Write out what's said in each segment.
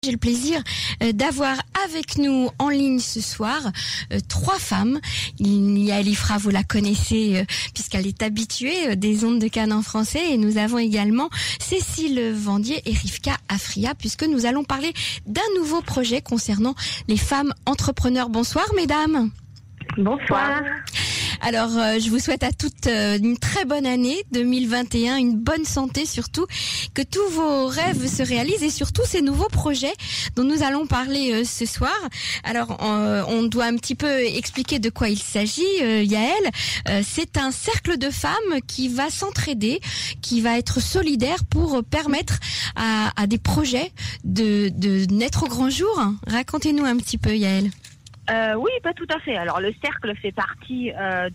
J'ai le plaisir d'avoir avec nous en ligne ce soir 3 femmes. Il y a Elifra, vous la connaissez puisqu'elle est habituée des ondes de Cannes en français. Et nous avons également Cécile Vendier et Rivka Afria puisque nous allons parler d'un nouveau projet concernant les femmes entrepreneurs. Bonsoir mesdames. Bonsoir. Alors, je vous souhaite à toutes une très bonne année 2021, une bonne santé surtout, que tous vos rêves se réalisent et surtout ces nouveaux projets dont nous allons parler ce soir. Alors, on doit un petit peu expliquer de quoi il s'agit, Yael. C'est un cercle de femmes qui va s'entraider, qui va être solidaire pour permettre à des projets de naître au grand jour. Racontez-nous un petit peu, Yael. Oui, pas tout à fait. Alors le cercle fait partie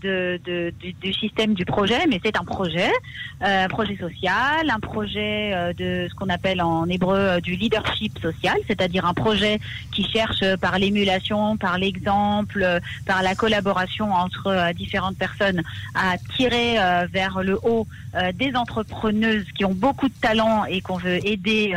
du système du projet, mais c'est un projet social, un projet de ce qu'on appelle en hébreu du leadership social, c'est-à-dire un projet qui cherche par l'émulation, par l'exemple, par la collaboration entre différentes personnes à tirer vers le haut des entrepreneuses qui ont beaucoup de talent et qu'on veut aider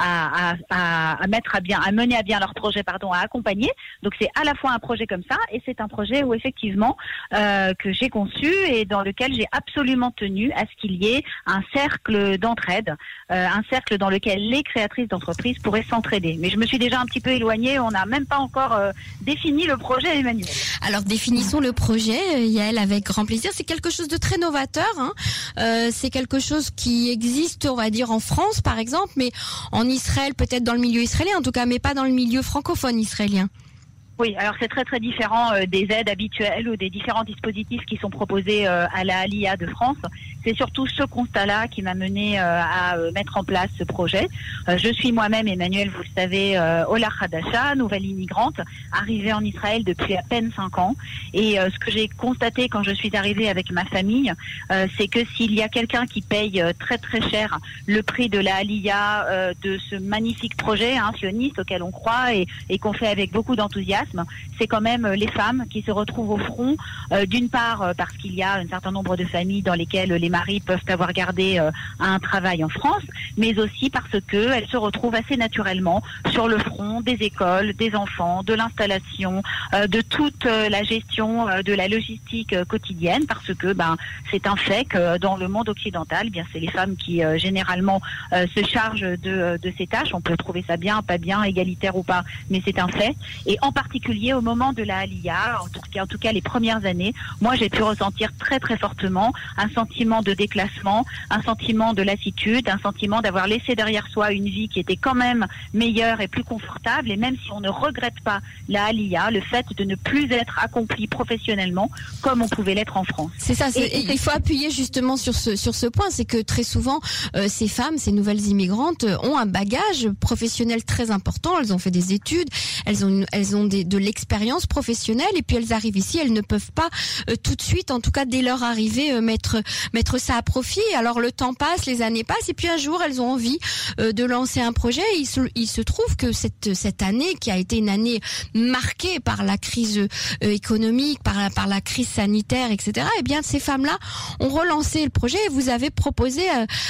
à mettre à bien, à mener à bien leur projet, à accompagner. Donc c'est à la fois un projet comme ça et c'est un projet où effectivement que j'ai conçu et dans lequel j'ai absolument tenu à ce qu'il y ait un cercle d'entraide, un cercle dans lequel les créatrices d'entreprises pourraient s'entraider. Mais je me suis déjà un petit peu éloignée, on n'a même pas encore défini le projet, Emmanuel. Alors définissons le projet, Yael, avec grand plaisir. C'est quelque chose de très novateur, c'est quelque chose qui existe, on va dire, en France par exemple, mais en Israël, peut-être dans le milieu israélien en tout cas, mais pas dans le milieu francophone israélien. Oui, alors c'est très très différent des aides habituelles ou des différents dispositifs qui sont proposés à la Aliyah de France. C'est surtout ce constat-là qui m'a mené à mettre en place ce projet. Je suis moi-même, Emmanuel, vous le savez, Ola Hadasha, nouvelle immigrante, arrivée en Israël depuis à peine 5 ans. Et ce que j'ai constaté quand je suis arrivée avec ma famille, c'est que s'il y a quelqu'un qui paye très très cher le prix de la Aliyah, de ce magnifique projet sioniste auquel on croit et qu'on fait avec beaucoup d'enthousiasme, c'est quand même les femmes qui se retrouvent au front, d'une part parce qu'il y a un certain nombre de familles dans lesquelles les maris peuvent avoir gardé un travail en France, mais aussi parce que elles se retrouvent assez naturellement sur le front des écoles, des enfants, de l'installation, de toute la gestion de la logistique quotidienne, parce que c'est un fait que dans le monde occidental, c'est les femmes qui généralement se chargent de ces tâches. On peut trouver ça bien, pas bien, égalitaire ou pas, mais c'est un fait. Et en particulier au moment de la Aliyah, en tout cas les premières années, moi j'ai pu ressentir très très fortement un sentiment de déclassement, un sentiment de lassitude, un sentiment d'avoir laissé derrière soi une vie qui était quand même meilleure et plus confortable. Et même si on ne regrette pas la Aliyah, le fait de ne plus être accompli professionnellement comme on pouvait l'être en France. C'est ça, il faut appuyer justement sur ce point, c'est que très souvent ces femmes, ces nouvelles immigrantes ont un bagage professionnel très important, elles ont fait des études, elles ont de l'expérience professionnelle et puis elles arrivent ici, elles ne peuvent pas tout de suite, en tout cas dès leur arrivée, mettre ça à profit. Alors le temps passe, les années passent et puis un jour elles ont envie de lancer un projet. Il se trouve que cette année qui a été une année marquée par la crise économique, par la crise sanitaire, etc. Eh bien ces femmes-là ont relancé le projet et vous avez proposé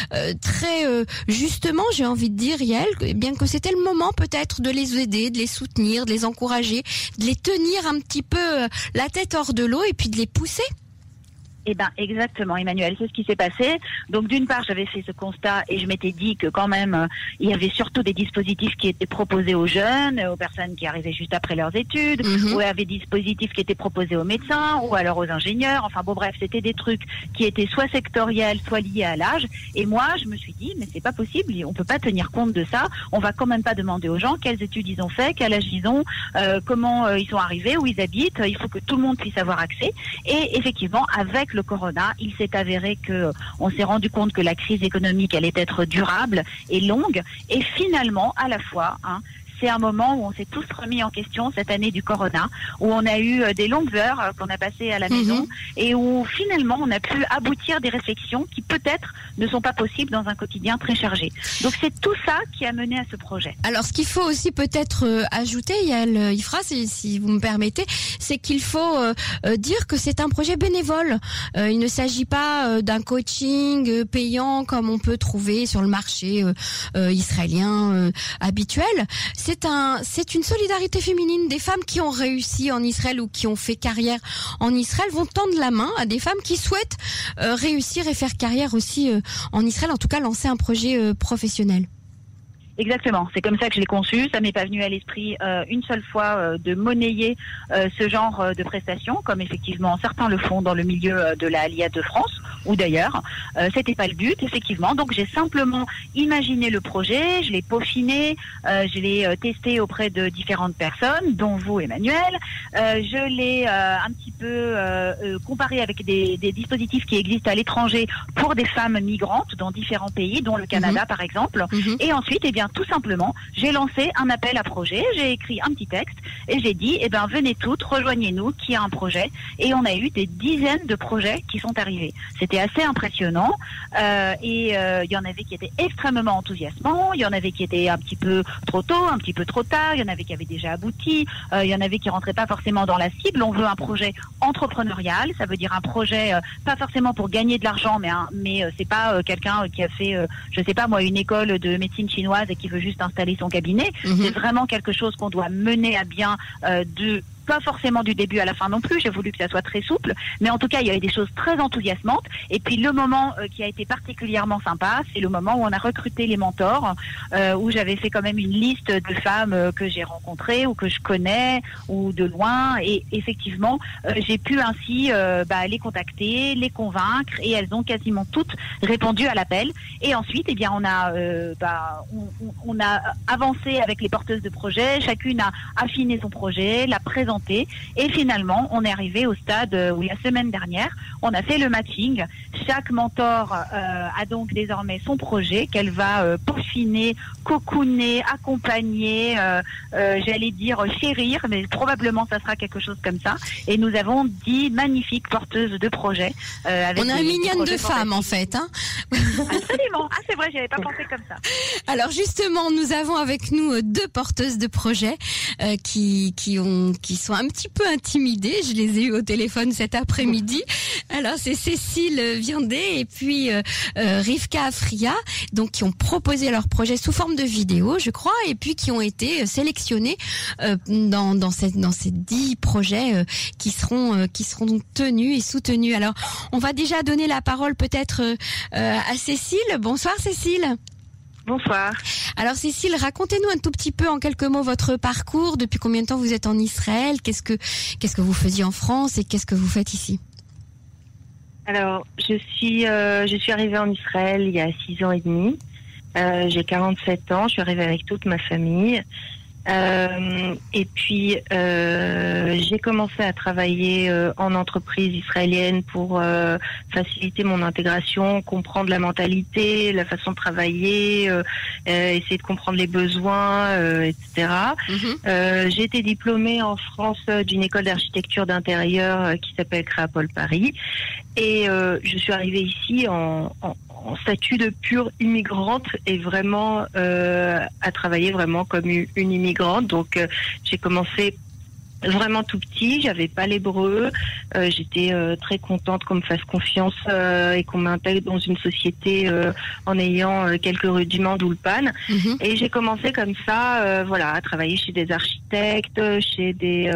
très justement, j'ai envie de dire, Yael, bien que c'était le moment peut-être de les aider, de les soutenir, de les encourager, de les tenir un petit peu la tête hors de l'eau et puis de les pousser. Eh ben exactement, Emmanuel, c'est ce qui s'est passé. Donc d'une part, j'avais fait ce constat et je m'étais dit que quand même, il y avait surtout des dispositifs qui étaient proposés aux jeunes, aux personnes qui arrivaient juste après leurs études, ou il y avait des dispositifs qui étaient proposés aux médecins ou alors aux ingénieurs. Enfin bon, bref, c'était des trucs qui étaient soit sectoriels, soit liés à l'âge. Et moi, je me suis dit, mais c'est pas possible, on peut pas tenir compte de ça. On va quand même pas demander aux gens quelles études ils ont fait, quel âge ils ont, comment ils sont arrivés, où ils habitent. Il faut que tout le monde puisse avoir accès. Et effectivement, avec le corona, il s'est avéré que on s'est rendu compte que la crise économique allait être durable et longue. Et finalement, à la fois, c'est un moment où on s'est tous remis en question cette année du corona, où on a eu des longues heures qu'on a passées à la maison et où finalement on a pu aboutir des réflexions qui peut-être ne sont pas possibles dans un quotidien très chargé. Donc c'est tout ça qui a mené à ce projet. Alors ce qu'il faut aussi peut-être ajouter, Yael Ifra, si vous me permettez, c'est qu'il faut dire que c'est un projet bénévole. Il ne s'agit pas d'un coaching payant comme on peut trouver sur le marché israélien habituel. C'est c'est une solidarité féminine. Des femmes qui ont réussi en Israël ou qui ont fait carrière en Israël vont tendre la main à des femmes qui souhaitent réussir et faire carrière aussi en Israël, en tout cas lancer un projet professionnel. Exactement, c'est comme ça que je l'ai conçu. Ça m'est pas venu à l'esprit une seule fois de monnayer ce genre de prestations, comme effectivement certains le font dans le milieu de la Aliyah de France ou d'ailleurs. C'était pas le but, effectivement. Donc j'ai simplement imaginé le projet, je l'ai peaufiné, je l'ai testé auprès de différentes personnes, dont vous, Emmanuel. Je l'ai un petit peu comparé avec des dispositifs qui existent à l'étranger pour des femmes migrantes dans différents pays, dont le Canada par exemple. Et ensuite, eh bien, tout simplement, j'ai lancé un appel à projet, j'ai écrit un petit texte et j'ai dit, eh ben, venez toutes, rejoignez-nous, qui a un projet. Et on a eu des dizaines de projets qui sont arrivés. C'était assez impressionnant et il y en avait qui étaient extrêmement enthousiasmants, il y en avait qui étaient un petit peu trop tôt, un petit peu trop tard, il y en avait qui avaient déjà abouti, il y en avait qui rentraient pas forcément dans la cible. On veut un projet entrepreneurial, ça veut dire un projet pas forcément pour gagner de l'argent, mais c'est pas quelqu'un qui a fait, je sais pas moi, une école de médecine chinoise et qui veut juste installer son cabinet. C'est vraiment quelque chose qu'on doit mener à bien pas forcément du début à la fin non plus, j'ai voulu que ça soit très souple, mais en tout cas il y avait des choses très enthousiasmantes. Et puis le moment qui a été particulièrement sympa, c'est le moment où on a recruté les mentors, où j'avais fait quand même une liste de femmes que j'ai rencontrées ou que je connais ou de loin, et effectivement j'ai pu ainsi les contacter, les convaincre, et elles ont quasiment toutes répondu à l'appel. Et ensuite eh bien on a avancé avec les porteuses de projet, chacune a affiné son projet, l'a présenté. Et finalement, on est arrivé au stade où la semaine dernière, on a fait le matching. Chaque mentor a donc désormais son projet qu'elle va peaufiner, cocooner, accompagner, j'allais dire chérir, mais probablement ça sera quelque chose comme ça. Et nous avons 10 magnifiques porteuses de projets. On a un million de femmes en fait. Hein. Absolument. Ah, c'est vrai, j'y avais pas pensé comme ça. Alors justement, nous avons avec nous 2 porteuses de projets qui sont un petit peu intimidées. Je les ai eues au téléphone cet après-midi. Alors c'est Cécile Viandé et puis Rivka Afria, donc qui ont proposé leur projet sous forme de vidéo, je crois, et puis qui ont été sélectionnés dans ces 10 projets qui seront donc tenus et soutenus. Alors on va déjà donner la parole peut-être à Cécile. Bonsoir Cécile. Bonsoir. Alors Cécile, racontez-nous un tout petit peu en quelques mots votre parcours. Depuis combien de temps vous êtes en Israël ? Qu'est-ce que vous faisiez en France et qu'est-ce que vous faites ici ? Alors, je suis arrivée en Israël il y a 6 ans et demi. J'ai 47 ans, je suis arrivée avec toute ma famille. Et puis j'ai commencé à travailler en entreprise israélienne pour faciliter mon intégration, comprendre la mentalité, la façon de travailler, essayer de comprendre les besoins, etc. J'ai été diplômée en France d'une école d'architecture d'intérieur qui s'appelle Créapol Paris, et je suis arrivée ici en statut de pure immigrante et vraiment à travailler vraiment comme une immigrante. Donc j'ai commencé vraiment tout petit, j'avais pas l'hébreu, j'étais très contente qu'on me fasse confiance et qu'on m'intègre dans une société en ayant quelques rudiments d'Ulpan. Et j'ai commencé comme ça, à travailler chez des architectes, chez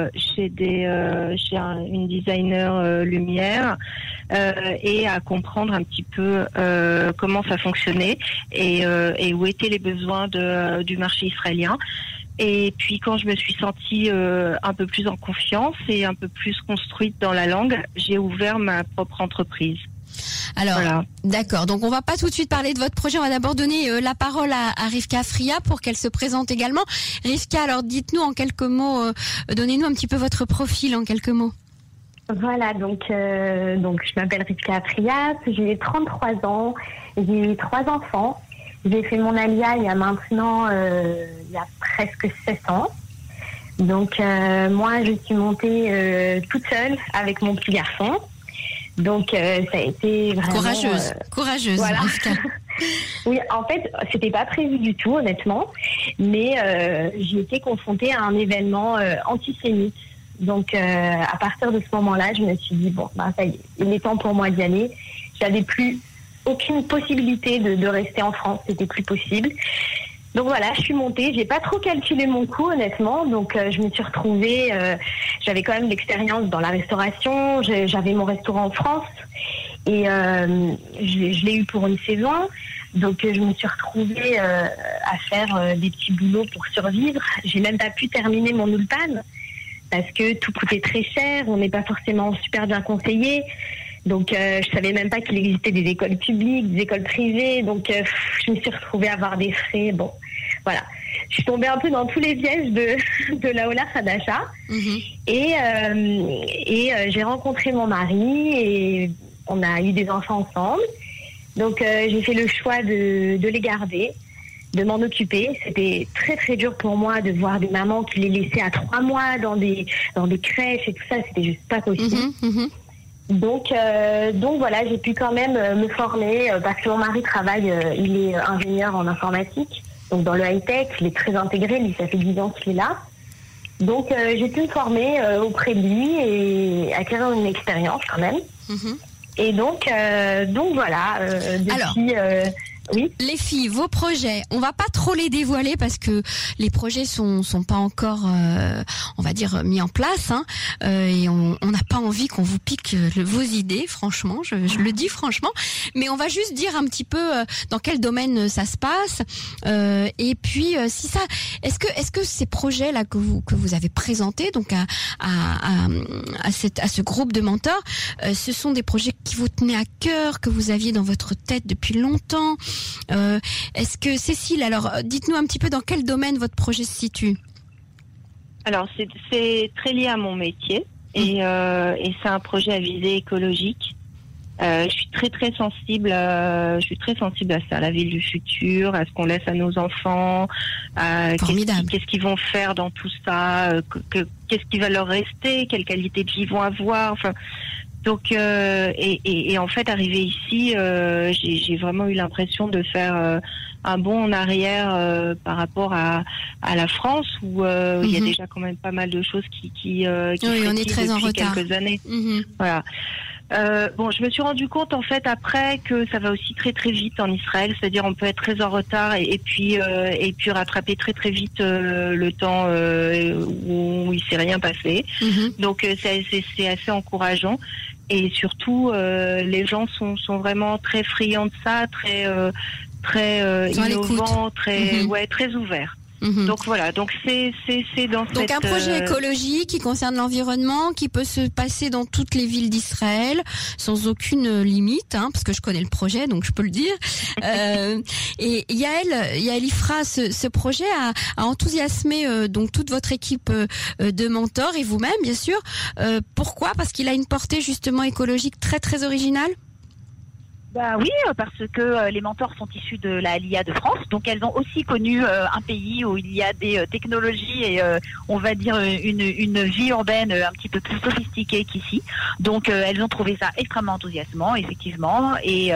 une designer lumière, et à comprendre un petit peu comment ça fonctionnait et où étaient les besoins du marché israélien. Et puis quand je me suis sentie un peu plus en confiance et un peu plus construite dans la langue, j'ai ouvert ma propre entreprise. Alors, voilà. D'accord. Donc on va pas tout de suite parler de votre projet. On va d'abord donner la parole à Rivka Afria pour qu'elle se présente également. Rivka, alors dites-nous en quelques mots, donnez-nous un petit peu votre profil en quelques mots. Voilà, donc je m'appelle Rivka Afria, j'ai 33 ans, j'ai 3 enfants. J'ai fait mon Aliyah il y a maintenant il y a presque 7 ans. Donc moi je suis montée toute seule avec mon petit garçon. Donc ça a été vraiment courageuse. Voilà. Oui, en fait, c'était pas prévu du tout, honnêtement, mais j'ai été confrontée à un événement antisémite. Donc à partir de ce moment-là, je me suis dit ça y est, il est temps pour moi d'y aller. J'avais plus aucune possibilité de rester en France, c'était plus possible. Donc voilà, je suis montée. J'ai pas trop calculé mon coût, honnêtement. Donc je me suis retrouvée. J'avais quand même de l'expérience dans la restauration. J'avais mon restaurant en France et je l'ai eu pour une saison. Donc je me suis retrouvée à faire des petits boulots pour survivre. J'ai même pas pu terminer mon Ulpan parce que tout coûtait très cher. On n'est pas forcément super bien conseillé. Donc je savais même pas qu'il existait des écoles publiques, des écoles privées. Donc je me suis retrouvée à avoir des frais. Bon, voilà. Je suis tombée un peu dans tous les pièges de la Ola Hadasha. Et j'ai rencontré mon mari et on a eu des enfants ensemble. Donc j'ai fait le choix de les garder, de m'en occuper. C'était très très dur pour moi de voir des mamans qui les laissaient à 3 mois dans des crèches et tout ça. C'était juste pas possible. Donc voilà, j'ai pu quand même me former parce que mon mari travaille, il est ingénieur en informatique, donc dans le high-tech, il est très intégré, lui ça fait 10 ans qu'il est là. Donc j'ai pu me former auprès de lui et acquérir une expérience quand même. Et donc voilà, depuis... Alors, oui. Les filles, vos projets, on va pas trop les dévoiler parce que les projets sont pas encore, on va dire, mis en place, hein, et on n'a pas envie qu'on vous pique vos idées, franchement, je le dis franchement, mais on va juste dire un petit peu dans quel domaine ça se passe, et puis si ça, est-ce que ces projets là que vous avez présentés donc à ce groupe de mentors, ce sont des projets qui vous tenaient à cœur, que vous aviez dans votre tête depuis longtemps? Est-ce que Cécile, alors dites-nous un petit peu dans quel domaine votre projet se situe? Alors c'est très lié à mon métier et c'est un projet à visée écologique. Je suis très sensible à ça, la ville du futur, à ce qu'on laisse à nos enfants, qu'est-ce qu'ils vont faire dans tout ça, qu'est-ce qui va leur rester, quelle qualité de vie ils vont avoir, enfin. Donc et en fait arrivé ici, j'ai vraiment eu l'impression de faire un bond en arrière par rapport à la France où il y a déjà quand même pas mal de choses qui on est très en retard quelques années. Voilà. Bon, je me suis rendu compte en fait après que ça va aussi très vite en Israël, c'est-à-dire on peut être très en retard et puis rattraper très vite le temps où il s'est rien passé. Donc c'est assez encourageant et surtout les gens sont vraiment très friands de ça, très innovants, très ouverts. Donc voilà, donc c'est dans cette... Donc un projet écologique qui concerne l'environnement, qui peut se passer dans toutes les villes d'Israël, sans aucune limite, hein, parce que je connais le projet, donc je peux le dire. Et Yael Ifra, ce projet a enthousiasmé donc toute votre équipe de mentors et vous-même, bien sûr. Pourquoi? Parce qu'il a une portée justement écologique très originale? Bah oui, parce que les mentors sont issus de la Aliyah de France, donc elles ont aussi connu un pays où il y a des technologies et on va dire une vie urbaine un petit peu plus sophistiquée qu'ici. Donc elles ont trouvé ça extrêmement enthousiasmant, effectivement, et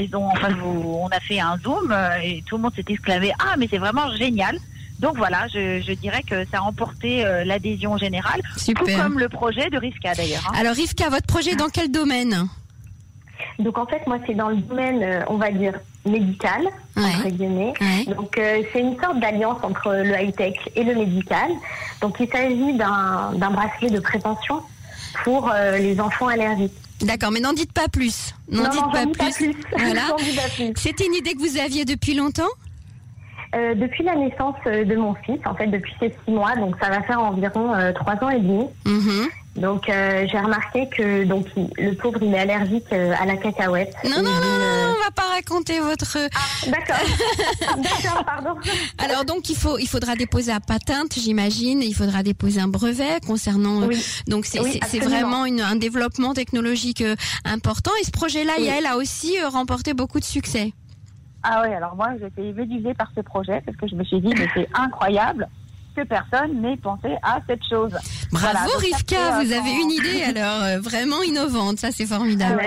on a fait un zoom et tout le monde s'est exclamé « Ah, mais c'est vraiment génial !» Donc voilà, je dirais que ça a remporté l'adhésion générale, Super. Tout comme le projet de Rivka d'ailleurs. Alors Rivka, votre projet dans quel domaine? Donc en fait, moi, c'est dans le domaine, on va dire, médical, entre guillemets. Donc c'est une sorte d'alliance entre le high-tech et le médical. Donc il s'agit d'un bracelet de prévention pour les enfants allergiques. D'accord, mais n'en dites pas plus. N'en dites pas plus. Voilà. C'était une idée que vous aviez depuis longtemps? Depuis la naissance de mon fils, en fait, depuis ses 6 mois, donc ça va faire environ 3 ans et demi. Donc j'ai remarqué que le pauvre il est allergique à la cacahuète. Non, on va pas raconter votre... D'accord, pardon. Alors donc il faudra déposer à patente, j'imagine, il faudra déposer un brevet concernant... Donc c'est vraiment un développement technologique important. Et ce projet-là, Yael a aussi remporté beaucoup de succès. Ah oui, alors moi j'étais médusée par ce projet parce que je me suis dit mais c'est incroyable que personne n'ait pensé à cette chose. Bravo voilà, Rivka, vous avez une idée alors vraiment innovante, ça c'est formidable.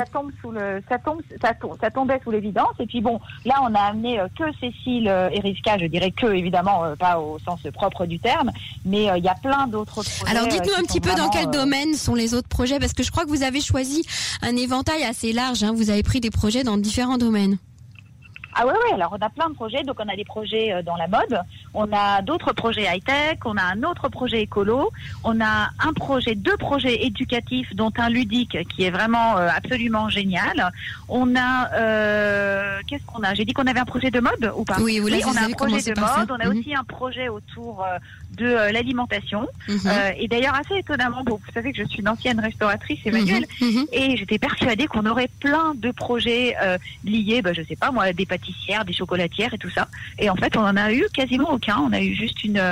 Ça tombait sous l'évidence et puis bon, là on a amené que Cécile et Rivka, je dirais que évidemment pas au sens propre du terme, mais il y a plein d'autres projets. Alors dites-nous un petit peu dans quel domaine sont les autres projets parce que je crois que vous avez choisi un éventail assez large, hein, vous avez pris des projets dans différents domaines. Ah ouais, alors on a plein de projets. Donc on a des projets dans la mode, on a d'autres projets high-tech, on a un autre projet écolo, on a deux projets éducatifs, dont un ludique qui est vraiment absolument génial. On a, qu'est-ce qu'on a ? J'ai dit qu'on avait un projet de mode ou pas ? Oui, on a un projet de mode, on a aussi un projet autour de l'alimentation. Et d'ailleurs, assez étonnamment, vous savez que je suis une ancienne restauratrice, Emmanuel, et j'étais persuadée qu'on aurait plein de projets liés, je sais pas moi, des pâtissières, des chocolatières et tout ça. Et en fait, on en a eu quasiment aucun. On a eu juste une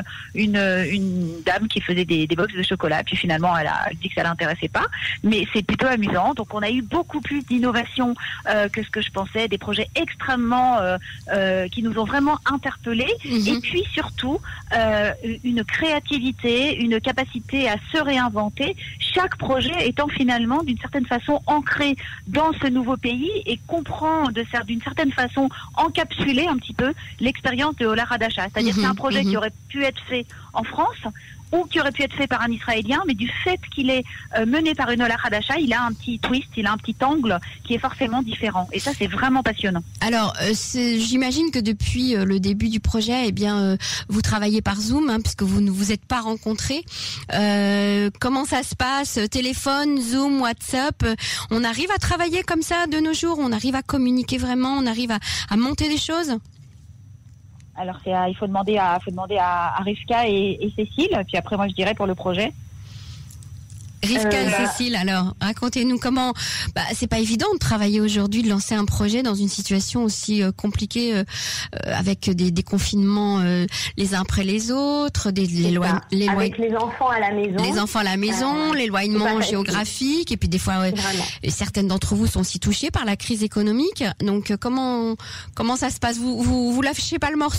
dame qui faisait des box de chocolat, puis finalement, elle a dit que ça l'intéressait pas. Mais c'est plutôt amusant. Donc, on a eu beaucoup plus d'innovation que ce que je pensais, des projets extrêmement qui nous ont vraiment interpellés. Et puis surtout, une créativité, une capacité à se réinventer. Chaque projet étant finalement d'une certaine façon ancré dans ce nouveau pays et comprend d'une certaine façon encapsuler un petit peu l'expérience de Ola Hadasha. C'est-à-dire que c'est un projet qui aurait pu être fait en France ou qui aurait pu être fait par un Israélien, mais du fait qu'il est mené par une Ola Hadasha, il a un petit twist, il a un petit angle qui est forcément différent. Et ça, c'est vraiment passionnant. Alors, j'imagine que depuis le début du projet, vous travaillez par Zoom, puisque vous ne vous êtes pas rencontrés. Comment ça se passe ? Téléphone, Zoom, WhatsApp ? On arrive à travailler comme ça de nos jours ? On arrive à communiquer vraiment ? On arrive à monter des choses ? Alors il faut demander à Rivka et Cécile, puis après moi je dirais pour le projet. Rivka et Cécile, alors racontez-nous comment. C'est pas évident de travailler aujourd'hui, de lancer un projet dans une situation aussi compliquée avec des confinements les uns après les autres, avec les enfants à la maison. Les enfants à la maison, l'éloignement géographique, et puis des fois certaines d'entre vous sont aussi touchées par la crise économique. Donc comment ça se passe ? Vous lâchez pas le morceau ?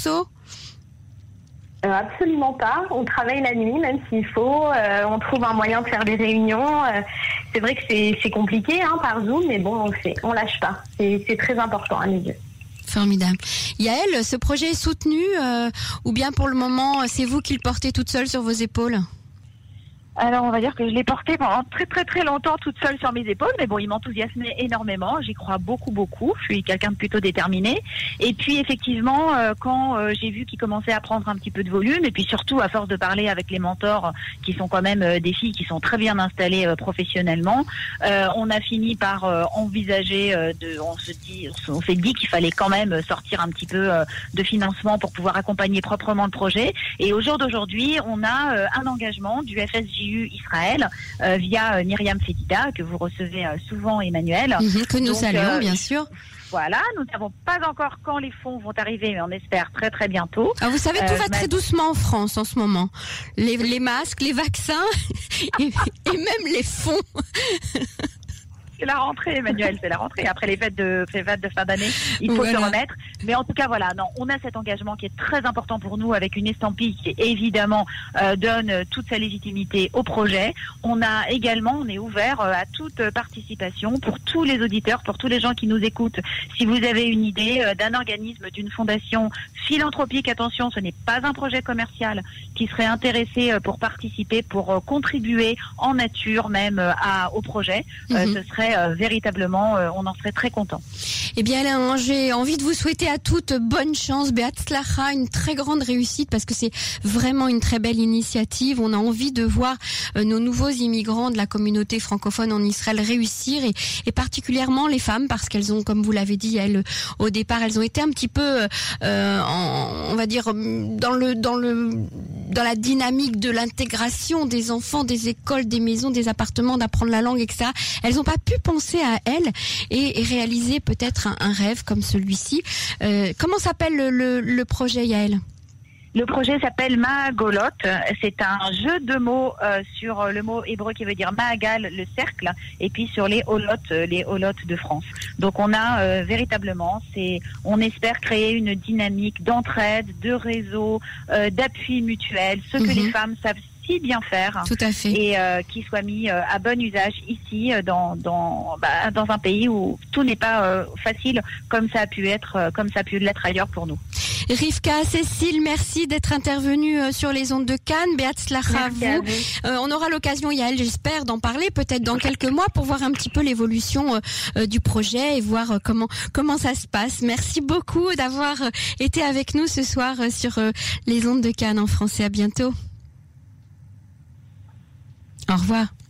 Absolument pas. On travaille la nuit, même s'il faut. On trouve un moyen de faire des réunions. C'est vrai que c'est compliqué par Zoom, mais bon, on le fait. On lâche pas. C'est très important à mes yeux. Formidable. Yael, ce projet est soutenu ou bien pour le moment, c'est vous qui le portez toute seule sur vos épaules ? Alors, on va dire que je l'ai porté pendant très très très longtemps toute seule sur mes épaules, mais bon, il m'enthousiasmait énormément, j'y crois beaucoup, je suis quelqu'un de plutôt déterminé. Et puis effectivement, quand j'ai vu qu'il commençait à prendre un petit peu de volume, et puis surtout à force de parler avec les mentors, qui sont quand même des filles qui sont très bien installées professionnellement, on a fini par envisager on s'est dit qu'il fallait quand même sortir un petit peu de financement pour pouvoir accompagner proprement le projet. Et au jour d'aujourd'hui, on a un engagement du FSJU Israël via Myriam Fedida, que vous recevez souvent, Emmanuel. Que nous saluons, bien sûr. Voilà, nous ne savons pas encore quand les fonds vont arriver, mais on espère très très bientôt. Alors vous savez, tout va très doucement en France en ce moment. Les masques, les vaccins et même les fonds. C'est la rentrée, Emmanuel, c'est la rentrée. Après les fêtes de fin d'année, il faut se remettre. Mais en tout cas, on a cet engagement qui est très important pour nous, avec une estampille qui évidemment donne toute sa légitimité au projet. On est ouvert à toute participation pour tous les auditeurs, pour tous les gens qui nous écoutent. Si vous avez une idée d'un organisme, d'une fondation philanthropique, attention, ce n'est pas un projet commercial, qui serait intéressé pour participer, pour contribuer en nature même au projet, ce serait véritablement, on en serait très content. Eh bien, j'ai envie de vous souhaiter à toutes bonne chance, Beatzlacha, une très grande réussite, parce que c'est vraiment une très belle initiative. On a envie de voir nos nouveaux immigrants de la communauté francophone en Israël réussir, et particulièrement les femmes, parce qu'elles ont, comme vous l'avez dit, au départ, elles ont été un petit peu, on va dire, dans la dynamique de l'intégration des enfants, des écoles, des maisons, des appartements, d'apprendre la langue, etc. Elles n'ont pas pu penser à elles et réaliser peut-être un rêve comme celui-ci. Comment s'appelle le projet, Yael ? Le projet s'appelle Maagolot. C'est un jeu de mots sur le mot hébreu qui veut dire Maagal, le cercle, et puis sur les Holot de France. Donc on a véritablement, on espère créer une dynamique d'entraide, de réseau, d'appui mutuel, ce que les femmes savent si bien faire. Tout à fait. Et qui soit mis à bon usage ici dans un pays où tout n'est pas facile comme ça a pu l'être ailleurs pour nous. Rivka, Cécile, merci d'être intervenue sur les ondes de Cannes. Behatzlacha à vous. On aura l'occasion, Yael, j'espère, d'en parler peut-être dans quelques mois pour voir un petit peu l'évolution du projet et voir comment ça se passe. Merci beaucoup d'avoir été avec nous ce soir sur les ondes de Cannes en français. À bientôt. Au revoir.